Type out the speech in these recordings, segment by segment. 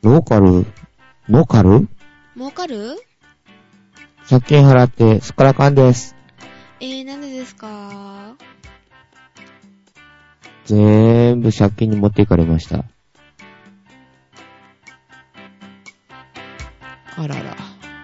儲かる儲かる？ 借金払ってすっからかんです。 なんでですか？ 全部借金に持っていかれました。 あらら。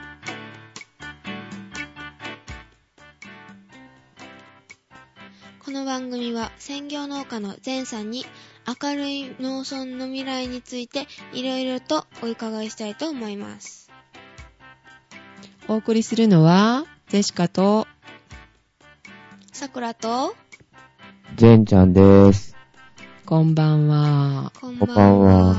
この番組は専業農家の前さんに明るい農村の未来についていろいろとお伺いしたいと思います。 お送りするのはジェシカとさくらと前ちゃんです。 こんばんは。 こんばんは。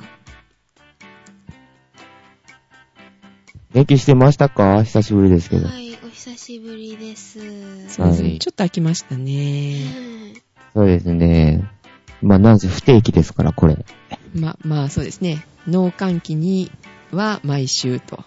元気してましたか？久しぶりですけど。 はい、お久しぶりです。 そうですね、 はい、 ちょっと飽きましたね。 そうですね。まあなんせ不定期ですからこれ。 まあそうですね。農閑期には毎週と。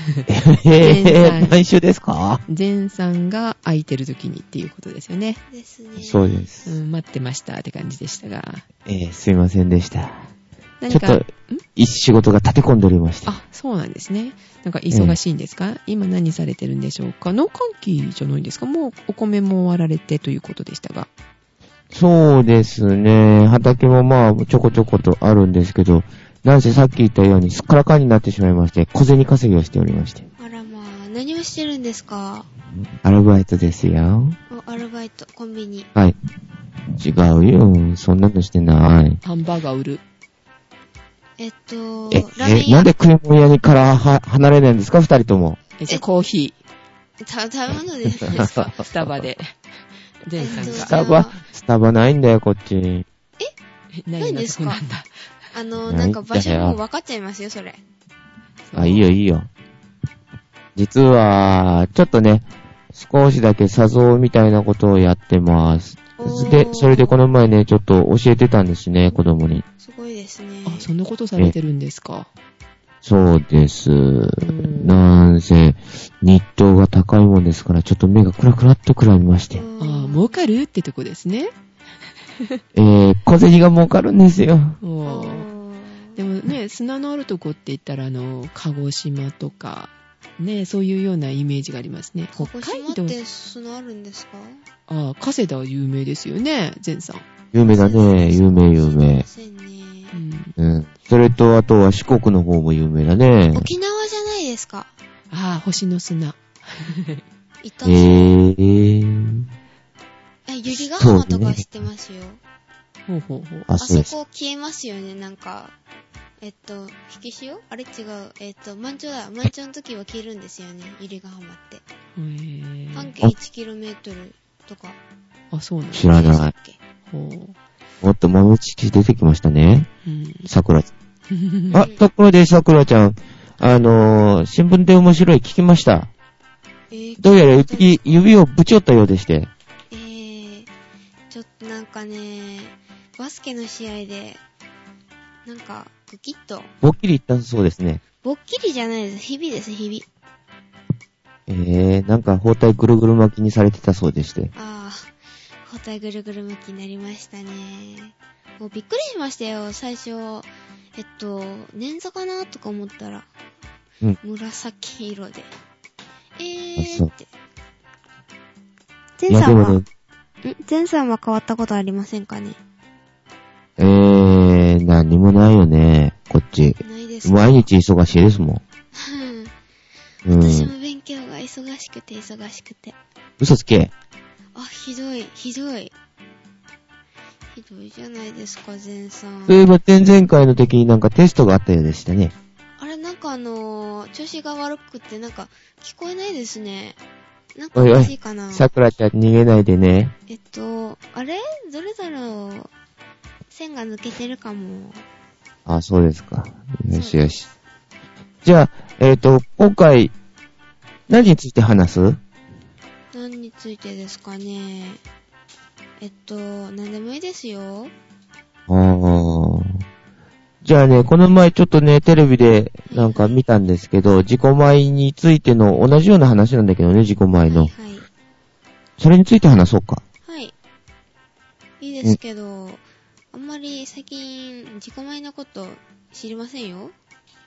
毎週ですか？ 前さんが空いてる時にっていうことですよね。 ですね。 そうです。 待ってましたって感じでしたが。 すいませんでした。 何かちょっと仕事が立て込んでおりました。 あ、そうなんですね。なんか忙しいんですか？今何されてるんでしょうか？農閑期じゃないんですか？もうお米も終わられてということでしたが。 そうですね。畑もまあちょこちょことあるんですけど、なんせさっき言ったようにすっからかんになってしまいまして、小銭稼ぎをしておりまして。 あらまあ、何をしてるんですか？ アルバイトですよ。 アルバイト、コンビニ。 はい。違うよ。そんなのしてない。 ハンバーガー売る。 ラーメン屋。 なんで食い物屋にから離れないんですか、二人とも。 じゃあコーヒー。食べ物でですか？ スタバで。前さんが。 スタバないんだよ、こっち。 ないんですか？ なんだ。 なんか場所もう分かっちゃいますよ、それ。 あ、いいよ、いいよ。実は、ちょっとね、少しだけ砂像みたいなことをやってます。で、それでこの前ね、ちょっと教えてたんですね、子供に。 すごいですね。 あ、そんなことされてるんですか？ そうです。なんせ、日当が高いもんですから、ちょっと目がクラクラっとくらみまして。 儲かるってとこですね。 小銭が儲かるんですよ。 でもね、砂のあるとこって言ったら、鹿児島とか、ね、そういうようなイメージがありますね。 北海道って砂あるんですか？ 加世田は有名ですよね、前さん。 有名だね、有名。それと、あとは四国の方も有名だね。 沖縄じゃないですか？ 星の砂。 いたゆりが浜とか知ってますよ。 ほう。 あそこ消えますよね、なんか。引き潮？あれ違う。満潮の時は消えるんですよね、ゆりが浜って。半径 1km とか。 あ、そうなんだ。 知らない。もっと豆知識出てきましたね。桜ちゃん。あ、ところで桜ちゃん。新聞で面白い聞きました。どうやら指をぶち折ったようでして。 ちょっとなんかね、バスケの試合で、なんか、グキッと。 ぼっきりいったそうですね。 ぼっきりじゃないです。日々です、日 々。なんか包帯ぐるぐる巻きにされてたそうでして。 包帯ぐるぐる巻きになりましたね。もうびっくりしましたよ、最初。捻挫かなとか思ったら、紫色で。って。前さんは変わったことありませんかね？ 何にもないよね、こっち。 ないですか？ 毎日忙しいですもん。 私も勉強が忙しくて。 嘘つけ。 ひどいじゃないですか、前さん。 そういえば前々回の時になんかテストがあったようでしたね。 あれ、なんか調子が悪くてなんか聞こえないですね。なんかおかしいかな。 桜ちゃん逃げないでね。 あれ？どれだろう。線が抜けてるかも。 あ、そうですか。よし。じゃあ、今回、何について話す？ 何についてですかね。何でもいいですよ。 じゃあね、この前ちょっとね、テレビでなんか見たんですけど、自己米についての同じような話なんだけどね、自己米の。それについて話そうか。 はい。いいですけど、あんまり最近自己米のこと知りませんよ。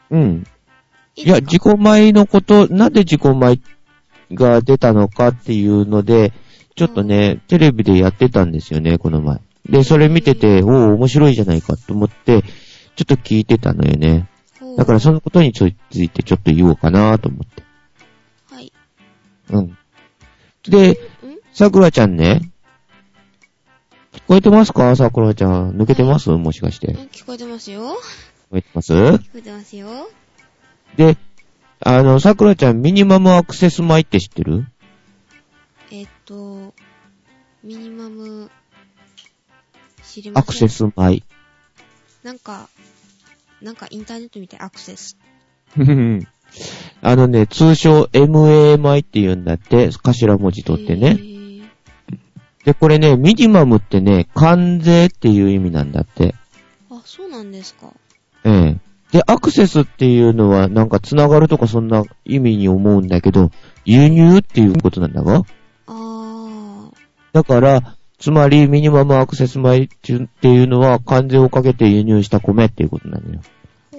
うん。いや、自己米のこと、なんで自己米が出たのかっていうので、ちょっとね、テレビでやってたんですよね、この前。で、それ見てて、面白いじゃないかと思って、ちょっと聞いてたのよね。だからそのことについてちょっと言おうかなと思って。 はい。 うん。で、さくらちゃんね。聞こえてますか？さくらちゃん。抜けてます？もしかして。 聞こえてますよ。 聞こえてます？ 聞こえてますよ。 で、さくらちゃん、ミニマムアクセス米って知ってる？ ミニマム、知りません。 アクセス米。 なんかインターネットみたい、アクセス。 通称 MA 米って言うんだって、頭文字取ってね。で、これね、ミニマムってね、関税っていう意味なんだって。 あ、そうなんですか。 ええ。で、アクセスっていうのはなんか繋がるとかそんな意味に思うんだけど、輸入っていうことなんだが。だから、つまりミニマムアクセス米っていうのは関税をかけて輸入した米っていうことなんだよ。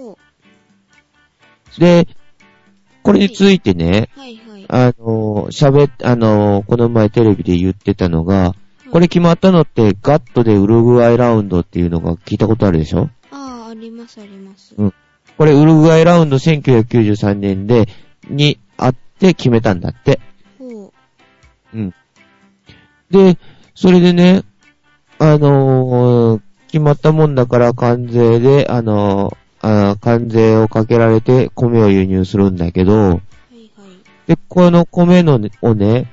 で、これについてね、この前テレビで言ってたのが、これ決まったのってガットでウルグアイラウンドっていうのが聞いたことあるでしょ？ ありますあります。 うん。これウルグアイラウンド1993年にあって決めたんだって。うん。で、それでね、決まったもんだから関税で、関税をかけられて米を輸入するんだけど、で、この米をね、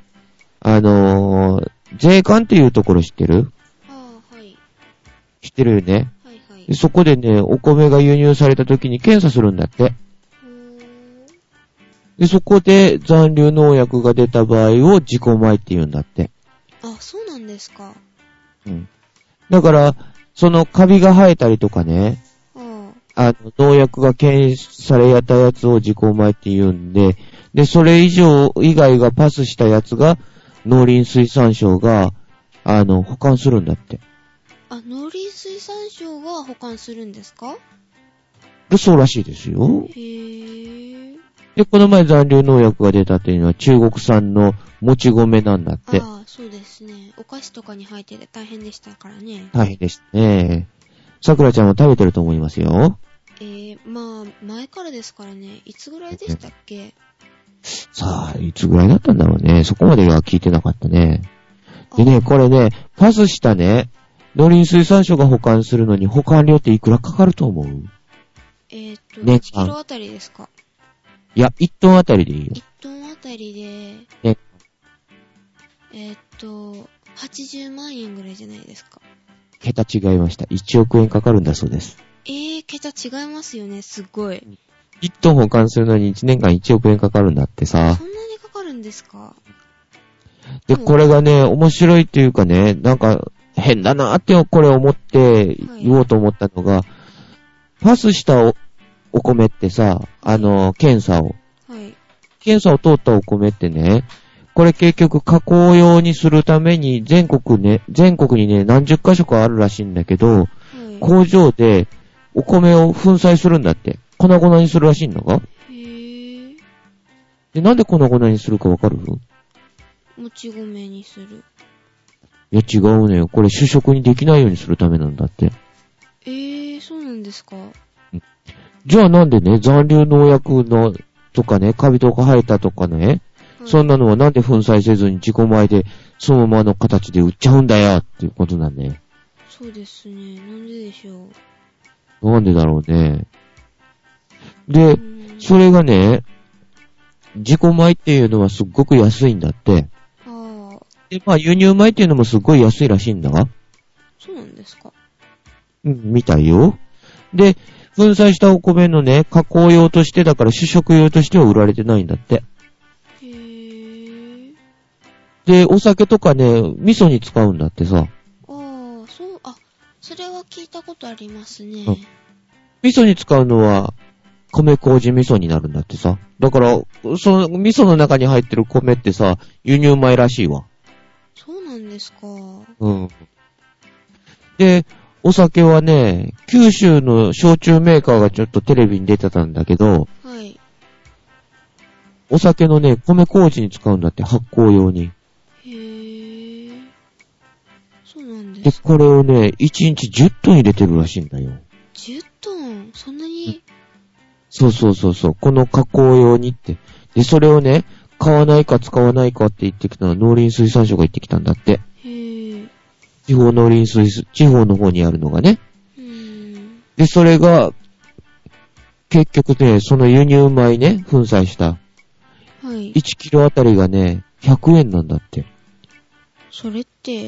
税関っていうところ知ってる？知ってるよね。でそこでね、お米が輸入された時に検査するんだって。で、そこで残留農薬が出た場合を自己米って言うんだって。 あ、そうなんですか。 うん。だから、そのカビが生えたりとかね、農薬が検出されたやつを自己米って言うんで、で、それ以外がパスしたやつが、農林水産省が、保管するんだって。 農林水産省が保管するんですか？ そうらしいですよ。 で、 この前残留農薬が出たっていうのは中国産のもち米なんだって。 そうですね。お菓子とかに入ってて大変でしたからね。 大変でしたね。さくらちゃんも食べてると思いますよ。 前からですからね。いつぐらいでしたっけ？ さあ、いつぐらいだったんだろうね。そこまでは聞いてなかったね。でね、これね、パスしたね、農林水産省が保管するのに保管料っていくらかかると思う？1 キロあたりですか？ いや、1トンあたりでいいよ。 1トンあたりで、80万円ぐらいじゃないですか。 桁違いました。1億円かかるんだそうです。 桁違いますよね、すっごい。 1トン保管するのに1年間1億円かかるんだってさ。 そんなにかかるんですか？ で、これがね、面白いっていうかね、なんか変だなーってこれ思って言おうと思ったのが、パスしたお米ってさ、検査を通ったお米ってね、これ結局加工用にするために全国にね、何十箇所かあるらしいんだけど、工場でお米を粉砕するんだって。粉々にするらしいんだが。で、なんで粉々にするかわかる？ もち米にする。 いや、違うね。これ主食にできないようにするためなんだって。 そうなんですか。 じゃあなんでね、残留農薬とかね、カビとか生えたとかね、そんなのはなんで粉砕せずに自己米でそのままの形で売っちゃうんだよっていうことなんね。 そうですね。なんででしょう。なんでだろうね。で、それがね、自己米っていうのはすっごく安いんだって。で、輸入米っていうのもすっごい安いらしいんだが。 そうなんですか。 みたいよ。で、粉砕したお米のね、加工用としてだから主食用としては売られてないんだって。で、お酒とかね、味噌に使うんだってさ。 それは聞いたことありますね。 味噌に使うのは、米麹味噌になるんだってさ。だから、その味噌の中に入ってる米ってさ、輸入米らしいわ。 そうなんですか。 で、 お酒はね、九州の焼酎メーカーがちょっとテレビに出てたんだけど、 はい。 お酒のね、米麹に使うんだって、発酵用に。 へぇー。そうなんですか。 で、これをね、1日10トン入れてるらしいんだよ。 10トンそんなに？ そう。この加工用にって。で、それをね、買わないか使わないかって言ってきたのは農林水産省が言ってきたんだって。 へぇー。 地方の方にあるのがね。で、それが、結局ね、その輸入米ね、粉砕した。はい。1キロあたりがね、100円なんだって。 それって、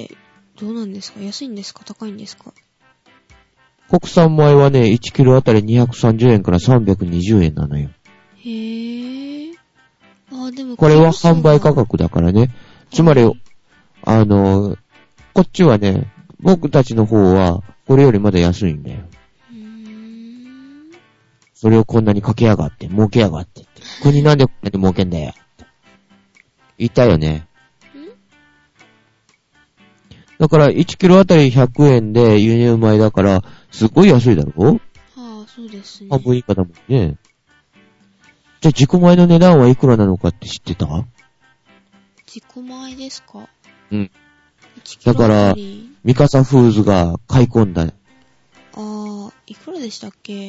どうなんですか？安いんですか？高いんですか？ 国産米はね、1キロあたり230円から320円なのよ。 へぇー。でもこれは販売価格だからね。つまり、こっちはね、僕たちの方は、これよりまだ安いんだよ。それをこんなにかけやがって、儲けやがって。国なんでこんなに儲けんだよ。言ったよね。だから、1キロあたり100円で輸入米だから、すっごい安いだろ？ そうですね。 半分以下だもんね。じゃあ、自己米の値段はいくらなのかって知ってた？ 自己米ですか？ うん。だから、ミカサフーズが買い込んだ。 いくらでしたっけ？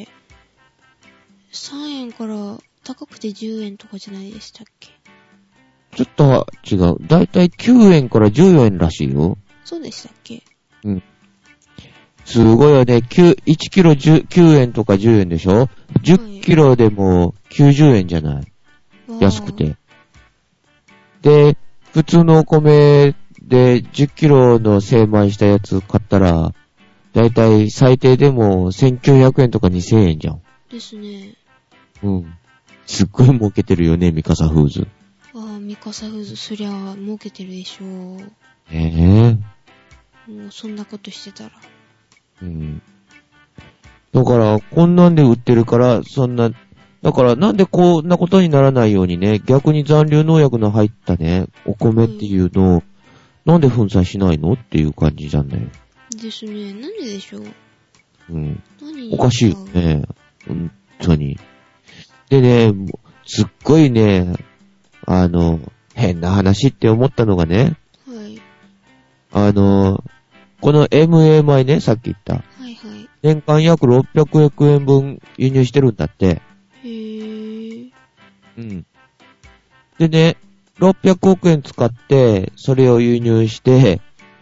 3 円から高くて10円とかじゃないでしたっけ？ ちょっと違う。だいたい9円から14円らしいよ。 そうでしたっけ？ うん。すごいよね。1キロ9円とか10円でしょ？ 10 キロでも90円じゃない。安くて。で、普通のお米で10キロの精米したやつ買ったら、だいたい最低でも1900円とか2000円じゃん。 ですね。 うん。すっごい儲けてるよね、ミカサフーズ。 ミカサフーズ、そりゃ儲けてるでしょう。もうそんなことしてたら。 うん。だから、こんなんで売ってるから、だからなんでこんなことにならないようにね、逆に残留農薬の入ったね、お米っていうのを、なんで粉砕しないのっていう感じじゃんね。 ですね。なんででしょう。 うん。おかしいよね。本当に。でね、すっごいね、変な話って思ったのがね、はい。この MA 米ね、さっき言った。はいはい。年間約600億円分輸入してるんだって。へぇー。うん。でね、600億円使って、それを輸入して、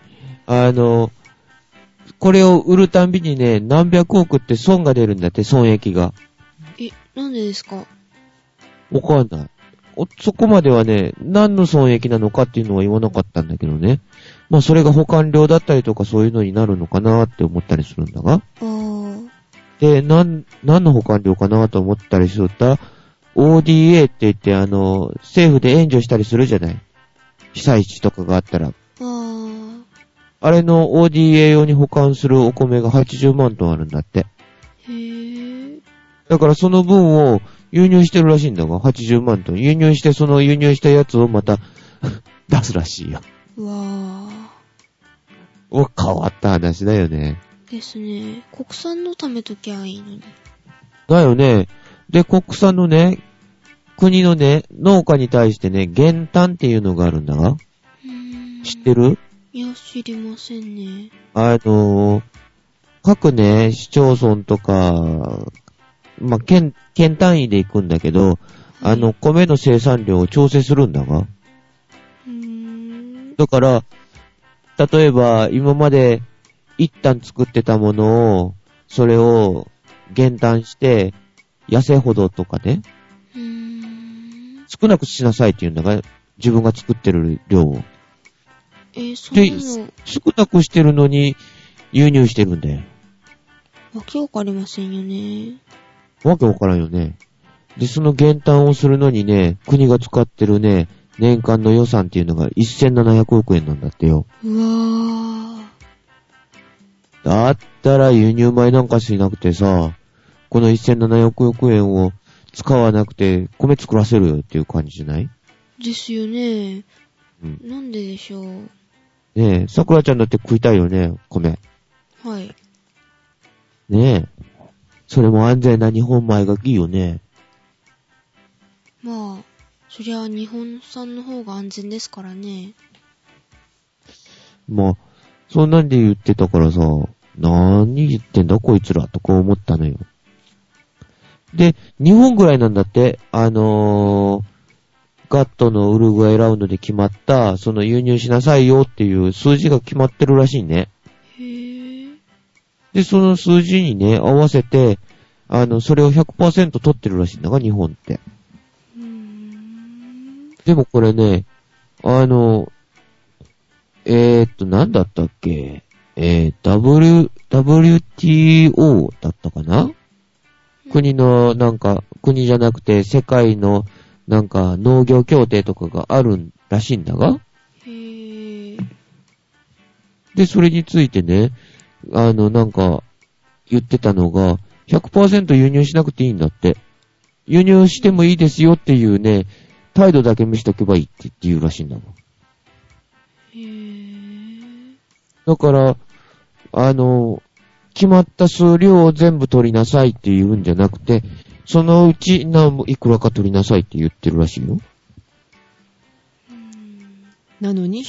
これを売るたんびにね、何百億って損が出るんだって、損益が。 なんでですか？ わかんない。そこまではね、何の損益なのかっていうのは言わなかったんだけどね。まあそれが保管料だったりとかそういうのになるのかなって思ったりするんだが。で、何の保管料かなと思ったりすると、ODA って言って政府で援助したりするじゃない。被災地とかがあったら。あれの ODA 用に保管するお米が80万トンあるんだって。へぇー。だからその分を輸入してるらしいんだが、80万トン。輸入して、その輸入したやつをまた出すらしいよ。変わった話だよね。 ですね。国産の貯めときゃいいのに。 だよね。で、国産のね、国のね、農家に対してね、減反っていうのがあるんだが。知ってる？ いや、知りませんね。 各ね、市町村とか、まあ、県単位で行くんだけど、米の生産量を調整するんだが。だから、例えば、今まで一旦作ってたものを、それを減反して、痩せほどとかね。少なくしなさいって言うんだが、自分が作ってる量を。 そういうの。 少なくしてるのに、輸入してるんだよ。 わけわかりませんよね。 わけわからんよね。で、その減反をするのにね、国が使ってるね、年間の予算っていうのが1700億円なんだってよ。だったら輸入米なんかしなくてさ、この1700億円を使わなくて米作らせるよっていう感じじゃない？ ですよね。なんででしょう。 ねえ、桜ちゃんだって食いたいよね、米。 はい。 ねえ。それも安全な日本米がいいよね。 まあ、そりゃ日本産の方が安全ですからね。 まあ、そんなんで言ってたからさ、何言ってんだこいつらとか思ったのよ。で、日本ぐらいなんだって、ガットのウルグアイラウンドで決まった、その輸入しなさいよっていう数字が決まってるらしいね。 へぇ。 で、その数字にね、合わせて、それを 100% 取ってるらしいんだが、日本って。でもこれね、なんだったっけWTO だったかな、国の、国じゃなくて世界の、農業協定とかがあるらしいんだが。 へぇ。 で、それについてね、言ってたのが、100% 輸入しなくていいんだって。輸入してもいいですよっていうね、態度だけ見せとけばいいって言うらしいんだもん。 へぇ。 だから、決まった数量を全部取りなさいって言うんじゃなくて、そのうちいくらか取りなさいって言ってるらしいよ。 なのに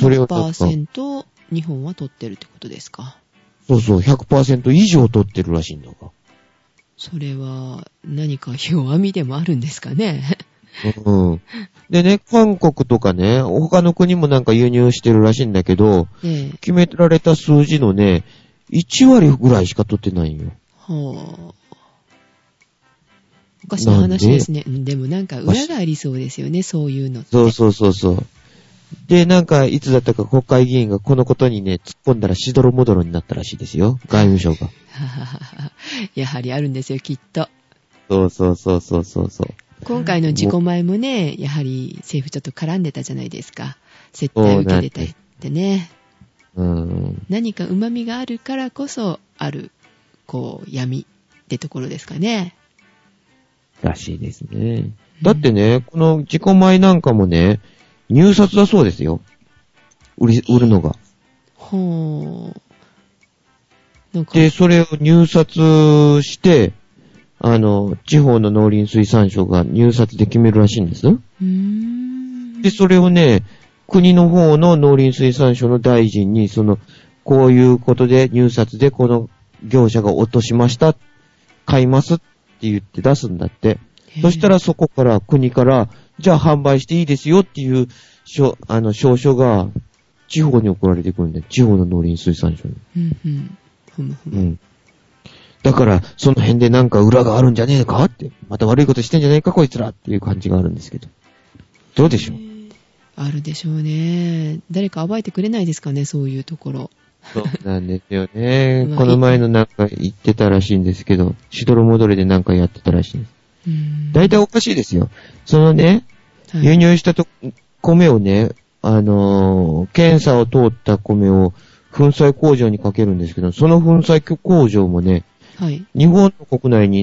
100% 日本は取ってるってことですか。 そうそう、100% 以上取ってるらしいんだが。 それは何か弱みでもあるんですかね。 うん。でね、韓国とかね、他の国も輸入してるらしいんだけど、決められた数字のね、1割ぐらいしか取ってないんよ。 はぁ。おかしな話ですね。でも裏がありそうですよね、そういうのって。 そう。で、いつだったか国会議員がこのことにね、突っ込んだらしどろもどろになったらしいですよ。外務省が。 やはりあるんですよ、きっと。 そう。 今回の自己前もね、やはり政府ちょっと絡んでたじゃないですか。接待受けてたってね。何か旨味があるからこそある、闇ってところですかね。 らしいですね。だってね、この自己米なんかもね、入札だそうですよ。売るのが。 ほー。で、それを入札して、地方の農林水産省が入札で決めるらしいんです。で、それをね、国の方の農林水産省の大臣に、こういうことで入札でこの業者が落としました。買いますって言って出すんだって。そしたらそこから国から、じゃあ販売していいですよっていう証書が地方に送られてくるんだよ。地方の農林水産省に。だから、その辺で裏があるんじゃねえかって、また悪いことしてんじゃねえかこいつらっていう感じがあるんですけど。どうでしょう？ あるでしょうね。誰か暴いてくれないですかね、そういうところ。 そうなんですよね。この前の言ってたらしいんですけど、しどろもどれでやってたらしいんです。大体おかしいですよ。そのね、輸入した米をね、検査を通った米を粉砕工場にかけるんですけど、その粉砕工場もね、日本の国内に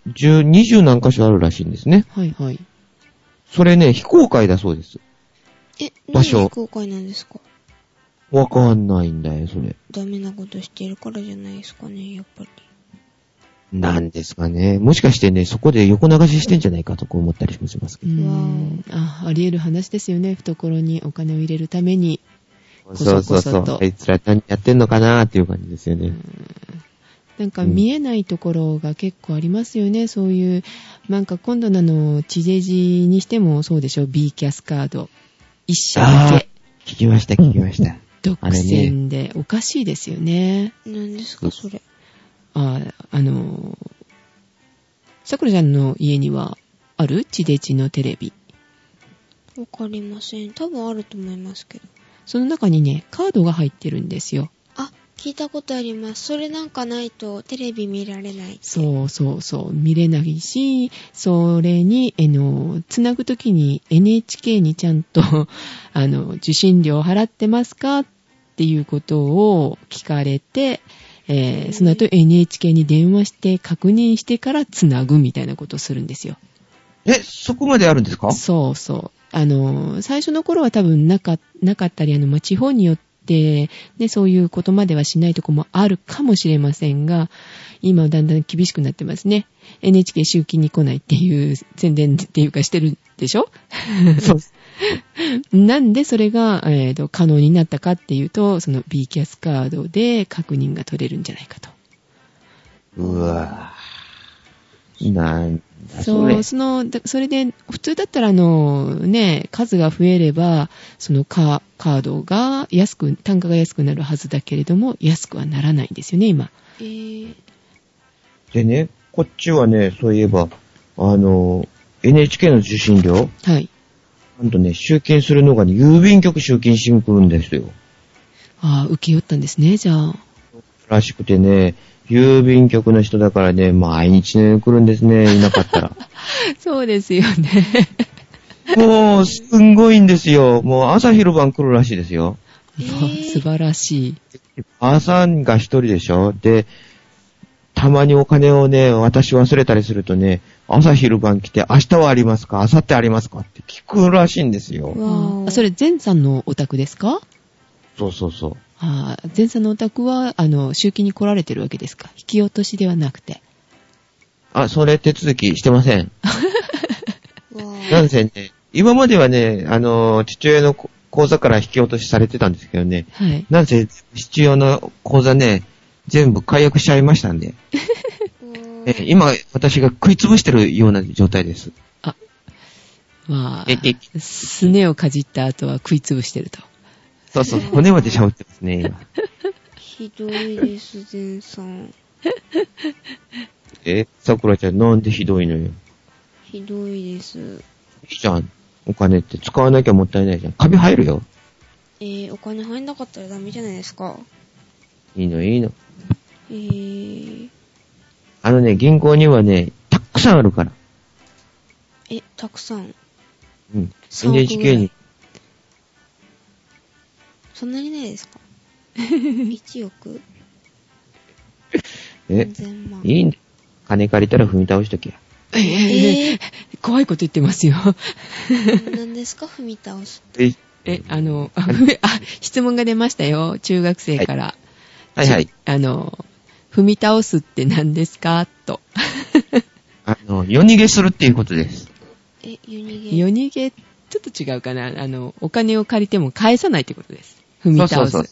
20何箇所あるらしいんですね。それね、非公開だそうです。 なんで非公開なんですか？ わかんないんだよ、それ。 ダメなことしてるからじゃないですかね、やっぱり。 なんですかね。もしかしてね、そこで横流ししてんじゃないかとか思ったりもしますけど。 あり得る話ですよね。懐にお金を入れるために。 そう。あいつら何やってんのかなーっていう感じですよね。 見えないところが結構ありますよね。そういう、今度の地デジにしてもそうでしょ。B キャスカード。一社だけ。 聞きました。 独占で、おかしいですよね。 何ですか、それ。 さくらちゃんの家にはある？地デジのテレビ。 わかりません。多分あると思いますけど。 その中にね、カードが入ってるんですよ。 聞いたことあります。それないとテレビ見られない。 そう。見れないし、それに、つなぐときに NHK にちゃんと、受信料払ってますかっていうことを聞かれて、その後 NHK に電話して確認してからつなぐみたいなことをするんですよ。 そこまであるんですか？ そう。最初の頃は多分なかったり、地方によってで、ね、そういうことまではしないとこもあるかもしれませんが、今はだんだん厳しくなってますね。NHK 集金に来ないっていう宣伝っていうかしてるでしょ？ そうです。 なんでそれが、可能になったかっていうと、その B キャスカードで確認が取れるんじゃないかと。 うわぁ。なんだそう、それで、普通だったらね、数が増えれば、そのカードが単価が安くなるはずだけれども、安くはならないんですよね、今。 でね、こっちはね、そういえば、NHK の受信料はい。 なんとね、集金するのがね、郵便局集金しに来るんですよ。 ああ、受け負ったんですね、じゃあ。 らしくてね、郵便局の人だからね、毎日ね、来るんですね、いなかったら。 そうですよね。 もう、すんごいんですよ。もう朝昼晩来るらしいですよ。 素晴らしい。 朝が一人でしょ。で、たまにお金をね、私忘れたりするとね、朝昼晩来て、明日はありますか？明後日ありますか？って聞くらしいんですよ。 それ、前さんのお宅ですか？ そうそうそう。 前さんのお宅は、集金に来られてるわけですか？引き落としではなくて。 それ手続きしてません。なんせね、今まではね、父親の口座から引き落としされてたんですけどね。 はい。 なんせ、父親の口座ね、全部解約しちゃいましたんで。今、私が食いつぶしてるような状態です。 すねをかじった後は食いつぶしてると。 そうそう、骨までしゃぶってますね、今。 ひどいです、前さん。 さくらちゃん、なんでひどいのよ。 ひどいです。 いいじゃん。お金って使わなきゃもったいないじゃん。カビ入るよ。 お金入んなかったらダメじゃないですか。 いいの、いいの。銀行にはね、たくさんあるから。 たくさん。 うん。NHK に。 そんなにないですか？ 1 億3000万。 いいんだ。金借りたら踏み倒しときゃ。 怖いこと言ってますよ。 何ですか、踏み倒す。 質問が出ましたよ、中学生から。 はいはい。 踏み倒すって何ですかと。 夜逃げするっていうことです。 夜逃げ、ちょっと違うかな。お金を借りても返さないってことです。踏み倒す。そう。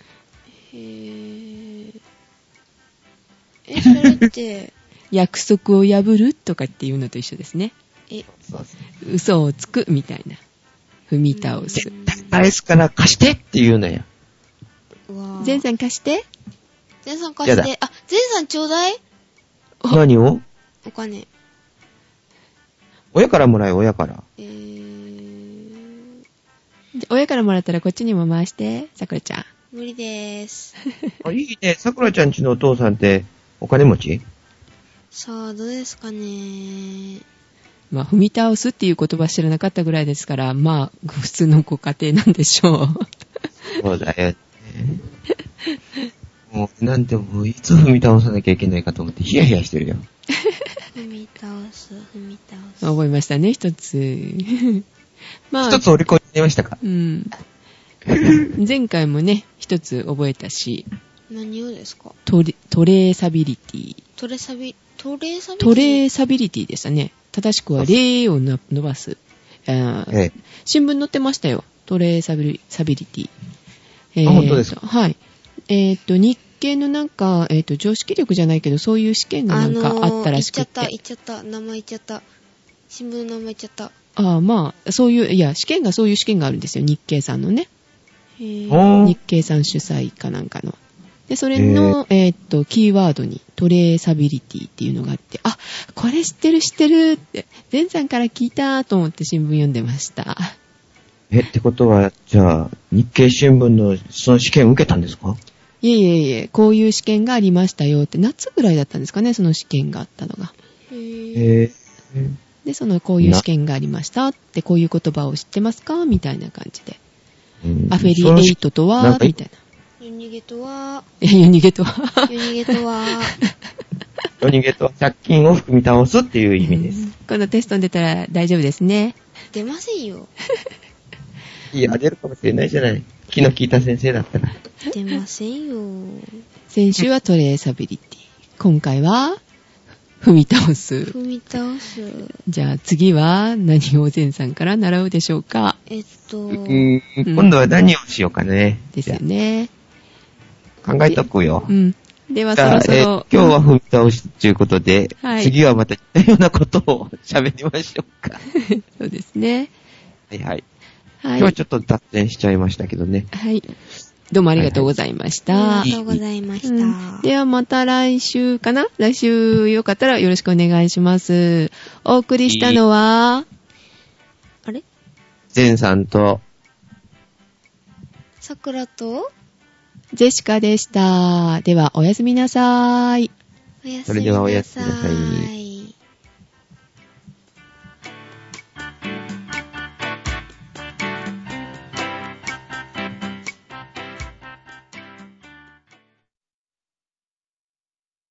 それって、 約束を破るとかっていうのと一緒ですね。嘘をつくみたいな。踏み倒す。 絶対返すから貸してって言うのよ。 前さん貸して。 前さん貸して。前さんちょうだい。 何を？ お金。 親からもらえ、親から。 親からもらったらこっちにも回して、さくらちゃん。 無理でーす。 いいね。さくらちゃんちのお父さんってお金持ち？ さあ、どうですかね。 踏み倒すっていう言葉知らなかったぐらいですから、普通のご家庭なんでしょう。 そうだよね。もう、なんてもう、いつ踏み倒さなきゃいけないかと思ってヒヤヒヤしてるよ。 踏み倒す。 覚えましたね、一つ。 一つお利口になりましたか？ うん。前回もね、一つ覚えたし。 何をですか？ トレーサビリティ。トレーサビリティでしたね。正しくは例を伸ばす。新聞載ってましたよ。トレーサビリティ。 本当ですか？ はい。日系の常識力じゃないけど、そういう試験があったらしくて。 言っちゃった。名前言っちゃった。新聞の名前言っちゃった。 そういう、そういう試験があるんですよ。日系さんのね。日系さん主催かなんかの。で、それの、キーワードにトレーサビリティっていうのがあって、これ知ってるって、前さんから聞いたと思って新聞読んでました。 ってことは、じゃあ、日経新聞のその試験受けたんですか？ いえ、こういう試験がありましたよって、夏ぐらいだったんですかね、その試験があったのが。で、こういう試験がありましたって、こういう言葉を知ってますかみたいな感じで。アフェリエイトとはみたいな。 夜逃げとは借金を踏み倒すっていう意味です。 今度テストに出たら大丈夫ですね。 出ませんよ。 いや、出るかもしれないじゃない。 気の利いた先生だったな。 出ませんよ。 先週はトレーサビリティ。今回は、踏み倒す。 踏み倒す。 じゃあ次は何を前さんから習うでしょうか。 今度は何をしようかね。 ですよね。 考えとくよ。 うん。ではそろそろ。 今日は踏み倒しということで、はい、次はまた似たようなことを喋りましょうか。 そうですね。 はいはい。今日はちょっと脱線しちゃいましたけどね。 はい。どうもありがとうございました。 ありがとうございました。 ではまた来週かな？来週よかったらよろしくお願いします。お送りしたのは、 あれ？ ゼンさんと、 さくらと、 ジェシカでした。ではおやすみなさい。 おやすみなさい。 それではおやすみなさい。